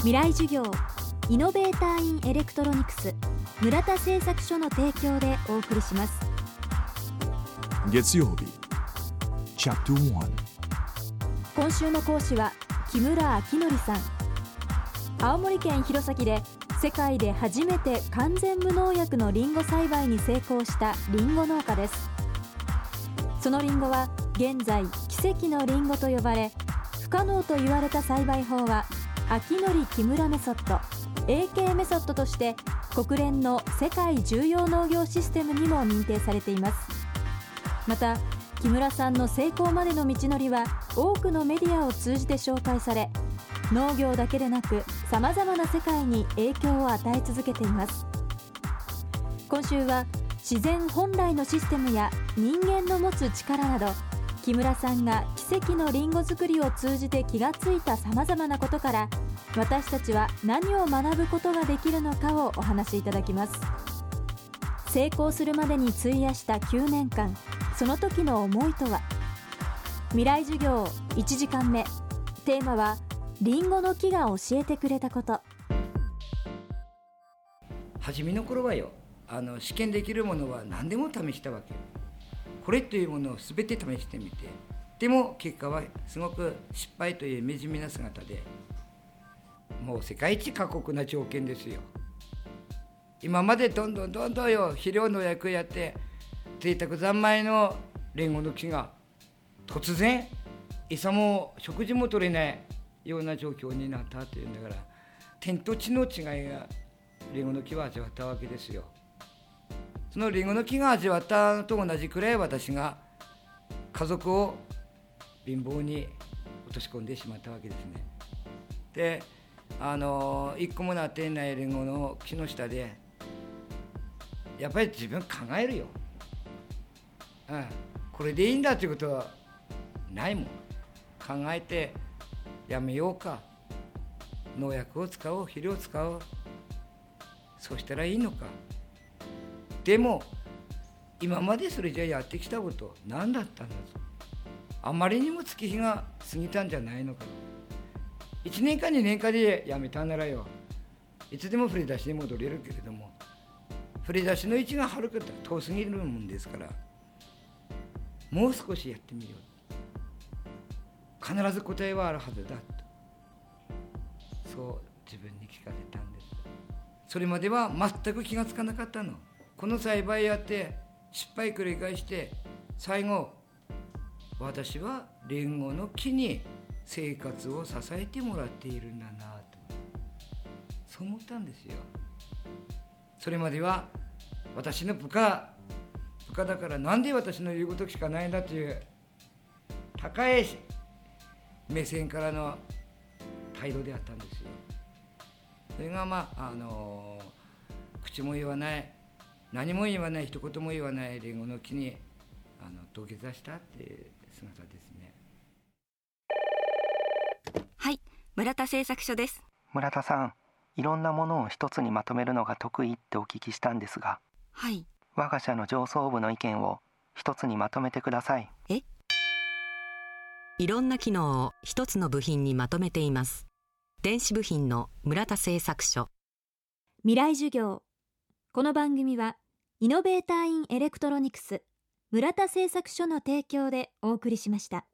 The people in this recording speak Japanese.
未来授業イノベーターインエレクトロニクス村田製作所の提供でお送りします。 月曜日チャプター1。 今週の講師は木村明則さん。青森県弘前で世界で初めて完全無農薬のリンゴ栽培に成功したリンゴ農家です。そのリンゴは現在奇跡のリンゴと呼ばれ、不可能と言われた栽培法は明則木村メソッド AK メソッドとして国連の世界重要農業システムにも認定されています。また木村さんの成功までの道のりは多くのメディアを通じて紹介され、農業だけでなくさまざまな世界に影響を与え続けています。今週は自然本来のシステムや人間の持つ力など、木村さんが奇跡のリンゴ作りを通じて気がついたさまざまなことから、私たちは何を学ぶことができるのかをお話しいただきます。成功するまでに費やした9年間、その時の思いとは。未来授業1時間目、テーマはリンゴの木が教えてくれたこと。 初めの頃はよ、試験できるものは何でも試したわけよ。これというものを全て試してみて、でも結果はすごく失敗という惨めな姿で、もう世界一過酷な条件ですよ。今までどんどんよ肥料農薬やって贅沢三昧のリンゴの木が突然餌も食事も取れないような状況になったというんだから、天と地の違いがリンゴの木は味わったわけですよ。そのリンゴの木が味わったのと同じくらい、私が家族を貧乏に落とし込んでしまったわけですね。で、一個もなっていないリンゴの木の下でやっぱり自分考えるよ、これでいいんだということはないもん。考えてやめようか、農薬を使おう、肥料を使おう、そうしたらいいのか。でも今までそれじゃやってきたこと何だったんだと。あまりにも月日が過ぎたんじゃないのか。1年か2年かでやめたならよ、いつでも振り出しに戻れるけれども、振り出しの位置がはるか遠すぎるもんですから、もう少しやってみよう、必ず答えはあるはずだと、そう自分に聞かせたんです。それまでは全く気がつかなかったの。この栽培やって失敗繰り返して、最後私はリンゴの木に生活を支えてもらっているんだなと、そう思ったんですよ。それまでは私の部下だからなんで私の言うこと聞かないんだという高い目線からの態度であったんですよ。それが口も言わない、何も言わない、一言も言わないリンゴの木に土下座したっていう姿ですね。 はい、村田製作所です。 村田さん、いろんなものを一つにまとめるのが得意ってお聞きしたんですが、 はい、 我が社の上層部の意見を一つにまとめてください。 いろんな機能を一つの部品にまとめています。電子部品の村田製作所。 未来授業。この番組はイノベーターインエレクトロニクス村田製作所の提供でお送りしました。